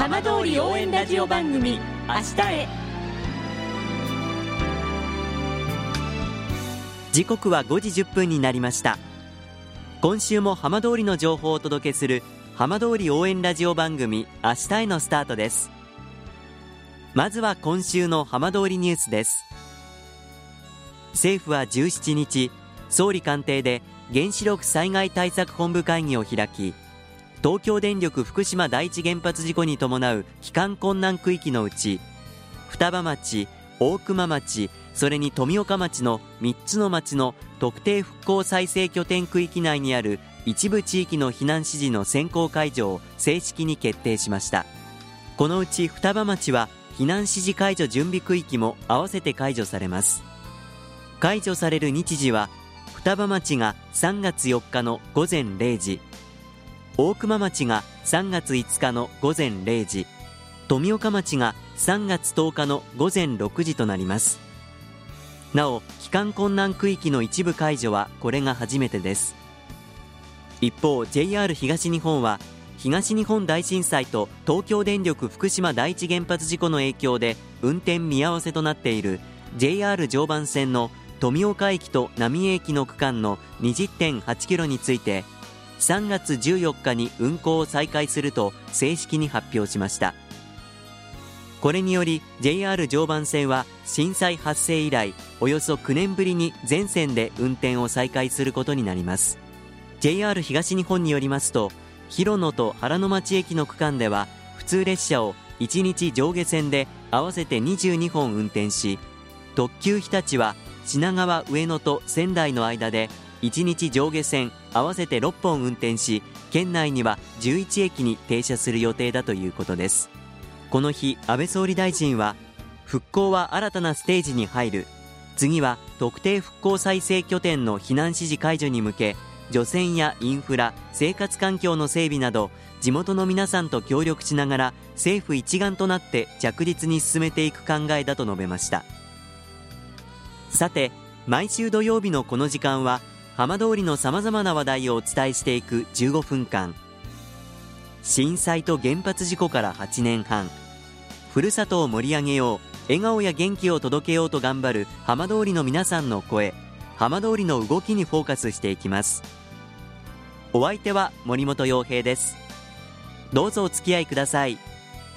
浜通り応援ラジオ番組明日へ。 時刻は5時10分になりました。今週も浜通りの情報をお届けする浜通り応援ラジオ番組明日へのスタートです。まずは今週の浜通りニュースです。政府は17日、総理官邸で原子力災害対策本部会議を開き、東京電力福島第一原発事故に伴う帰還困難区域のうち、双葉町、大熊町、それに富岡町の3つの町の特定復興再生拠点区域内にある一部地域の避難指示の先行解除を正式に決定しました。このうち双葉町は避難指示解除準備区域も合わせて解除されます。解除される日時は、双葉町が3月4日の午前0時、大熊町が3月5日の午前0時、富岡町が3月10日の午前6時となります。なお、帰還困難区域の一部解除はこれが初めてです。一方、 JR 東日本は東日本大震災と東京電力福島第一原発事故の影響で運転見合わせとなっている JR 常磐線の富岡駅と浪江駅の区間の 20.8 キロについて、3月14日に運行を再開すると正式に発表しました。これにより JR 常磐線は震災発生以来およそ9年ぶりに全線で運転を再開することになります。 JR 東日本によりますと、広野と原ノ町駅の区間では普通列車を1日上下線で合わせて22本運転し、特急日立は品川上野と仙台の間で1日上下線合わせて6本運転し、県内には11駅に停車する予定だということです。この日、安倍総理大臣は、復興は新たなステージに入る、次は特定復興再生拠点の避難指示解除に向け、除染やインフラ、生活環境の整備など地元の皆さんと協力しながら政府一丸となって着実に進めていく考えだと述べました。さて、毎週土曜日のこの時間は浜通りのさまざまな話題をお伝えしていく15分間。震災と原発事故から8年半、ふるさとを盛り上げよう、笑顔や元気を届けようと頑張る浜通りの皆さんの声、浜通りの動きにフォーカスしていきます。お相手は森本洋平です。どうぞお付き合いください。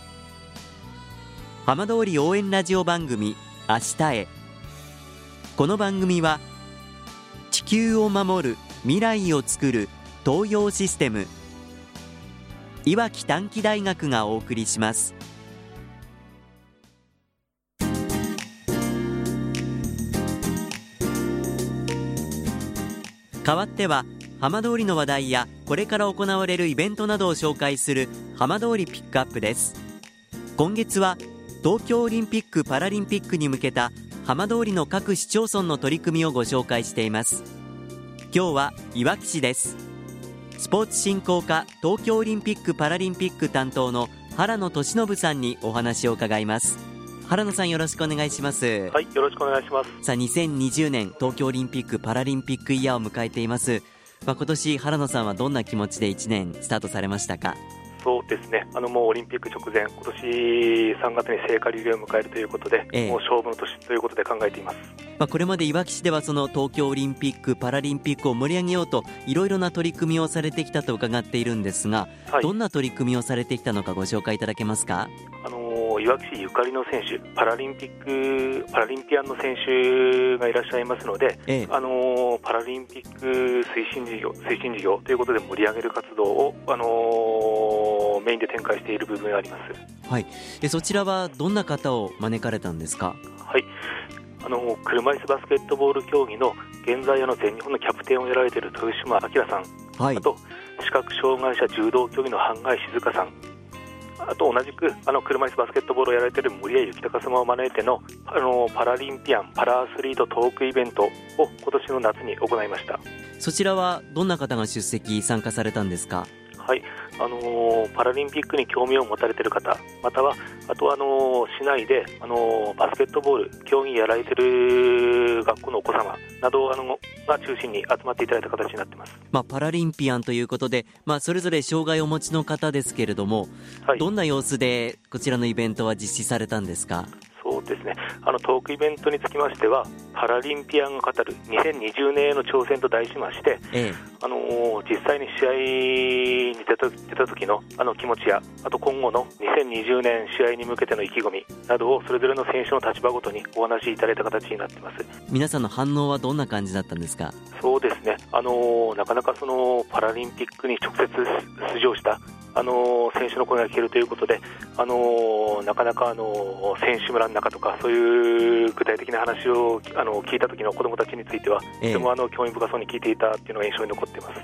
浜通り応援ラジオ番組明日へ。この番組は地球を守る、未来をつくる東洋システム、いわき短期大学がお送りします。代わっては浜通りの話題やこれから行われるイベントなどを紹介する浜通りピックアップです。今月は東京オリンピック・パラリンピックに向けた浜通りの各市町村の取り組みをご紹介しています。今日はいわき市です。スポーツ振興課東京オリンピック・パラリンピック担当の原野俊信さんにお話を伺います。原野さん、よろしくお願いします。 はい、よろしくお願いします。 さあ、2020年東京オリンピック・パラリンピックイヤーを迎えています。今年原野さんはどんな気持ちで1年スタートされましたか？ そうですね、もうオリンピック直前、今年3月に聖火リレーを迎えるということで、もう勝負の年ということで考えています。 これまでいわき市ではその東京オリンピック・パラリンピックを盛り上げようといろいろな取り組みをされてきたと伺っているんですが、はい、どんな取り組みをされてきたのかご紹介いただけますか？ いわき市ゆかりの選手、パラリンピアンの選手がいらっしゃいますので、パラリンピック推進事業ということで盛り上げる活動を、メインで展開している部分があります。 はい、そちらはどんな方を招かれたんですか？ はい、車椅子バスケットボール競技の現在全日本のキャプテンをやられている豊島明さん、はい、あと視覚障害者柔道競技の半貝静香さん、あと同じく車椅子バスケットボールをやられている森谷幸隆様を招いての、パラリンピアンパラアスリートトークイベントを今年の夏に行いました。 そちらはどんな方が出席参加されたんですか？ はい、パラリンピックに興味を持たれている方、またはあと市内でバスケットボール競技やられている学校のお子様など中心に集まっていただいた形になっています。 パラリンピアンということで、それぞれ障害をお持ちの方ですけれども、どんな様子でこちらのイベントは実施されたんですか？ そうですね、トークイベントにつきましては、パラリンピアンが語る2020年への挑戦と題しまして、実際に試合に出た時の気持ちや、あと今後の2020年試合に向けての意気込みなどをそれぞれの選手の立場ごとにお話しいただいた形になっています。 皆さんの反応はどんな感じだったんですか？ そうですね、なかなかそのパラリンピックに直接出場した選手の声が聞けるということで、なかなか選手村の中とかそういう具体的な話を聞いた時の子どもたちについては、とても興味深そうに聞いていたっていうのが印象に残っています。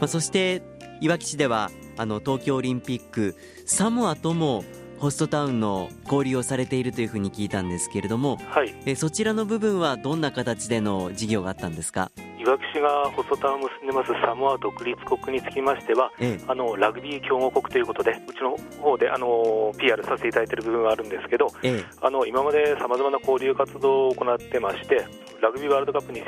そしていわき市では東京オリンピックサモアともホストタウンの交流をされているというふうに聞いたんですけれども、そちらの部分はどんな形での事業があったんですか？ いわき市がホストタウンを結んでますサモア独立国につきましては、ラグビー強豪国ということでうちの方でPR させていただいている部分はあるんですけど、今までさまざまな交流活動を行ってまして、ラグビーワールドカップ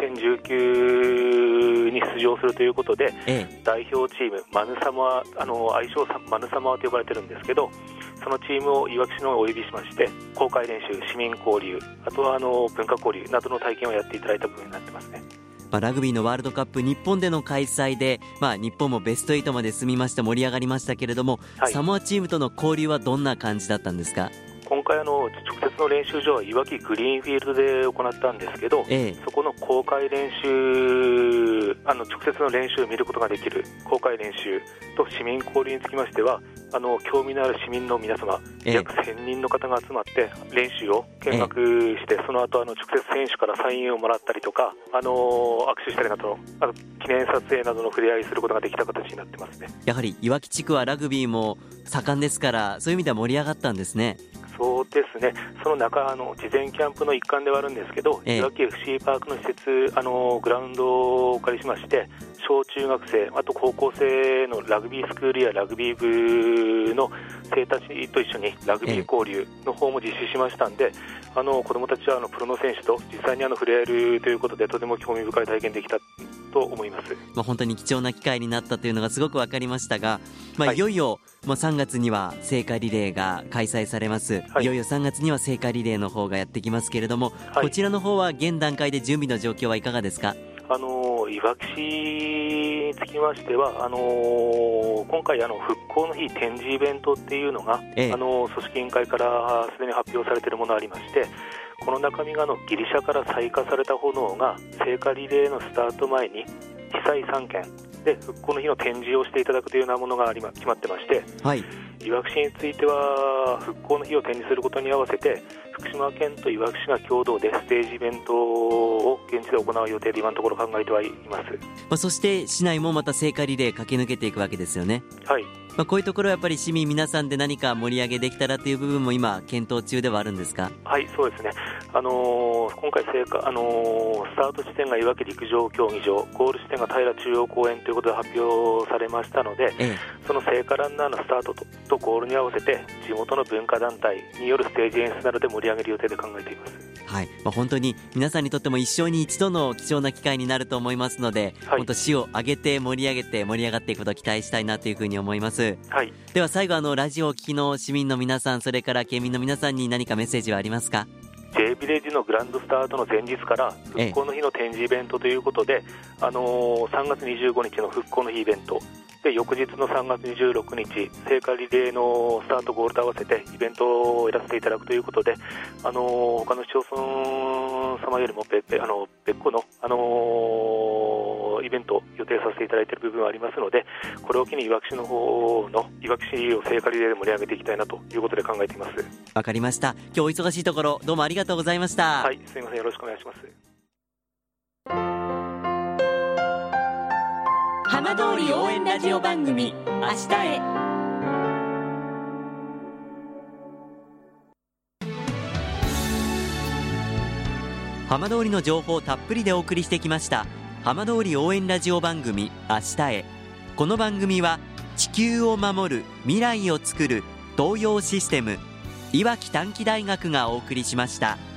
2019に出場するということで、代表チームマヌサモア愛称マヌサモアと呼ばれてるんですけど、そのチームをいわき市のお呼びしまして、公開練習、市民交流、あとは文化交流などの体験をやっていただいた部分になってますね。 ラグビーのワールドカップ日本での開催で、日本もベスト8まで進みまして盛り上がりましたけれども、サモアチームとの交流はどんな感じだったんですか？ 今回直接の練習場はいわきグリーンフィールドで行ったんですけど、そこの公開練習直接の練習を見ることができる公開練習と市民交流につきましては、興味のある市民の皆様、約1000人の方が集まって練習を見学して、その後直接選手からサインをもらったりとか握手したりなどの記念撮影などの触れ合いすることができた形になってますね。 やはりいわき地区はラグビーも盛んですから、そういう意味では盛り上がったんですね。 そうですね、その中事前キャンプの一環ではあるんですけど、いわき FC パークの施設グラウンドをお借りしまして、小中学生、あと高校生のラグビースクールやラグビー部の生たちと一緒にラグビー交流の方も実施しましたんで、子どもたちはプロの選手と実際に触れ合えるということで、とても興味深い体験できたと思います。 本当に貴重な機会になったというのがすごく分かりましたが、いよいよ3月には聖火リレーが開催されます。いよいよ3月には聖火リレーの方がやってきますけれども、こちらの方は現段階で準備の状況はいかがですか？ いわき市につきましては今回復興の日展示イベントっていうのが、組織委員会からすでに発表されているものがありまして、この中身がギリシャから採火された炎が聖火リレーのスタート前に被災3県で復興の日の展示をしていただくというようなものが決まってまして、いわき市については復興の日を展示することに合わせて福島県といわき市が共同でステージイベントを現地で行う予定で今のところ考えてはいます。 そして市内もまた聖火リレー駆け抜けていくわけですよね。こういうところはやっぱり市民皆さんで何か盛り上げできたらという部分も今検討中ではあるんですか？ そうですね、今回スタート地点がいわき陸上競技場、ゴール地点が平中央公園ということで発表されましたので、その聖火ランナーのスタートとゴールに合わせて地元の文化団体によるステージ演出などで盛り上げる予定で考えています。 本当に皆さんにとっても一生に一度の貴重な機会になると思いますので、本当市を挙げて盛り上がっていくことを期待したいなというふうに思います。では最後ラジオを聞きの市民の皆さん、それから県民の皆さんに何かメッセージはありますか ？J ビレッジのグランドスタートの前日から復興の日の展示イベントということで、3月25日の復興の日イベントで、翌日の3月26日聖火リレーのスタートゴールと合わせてイベントをやらせていただくということで、他の市町村様よりも別個の、イベントを予定させていただいている部分はありますので、これを機にいわき市の方のいわき市を聖火リレーで盛り上げていきたいなということで考えています。 わかりました。今日お忙しいところどうもありがとうございました。 すいません、よろしくお願いします。 浜通り応援ラジオ番組明日へ。 浜通りの情報をたっぷりでお送りしてきました浜通り応援ラジオ番組明日へ。この番組は地球を守る未来をつくる東洋システムいわき短期大学がお送りしました。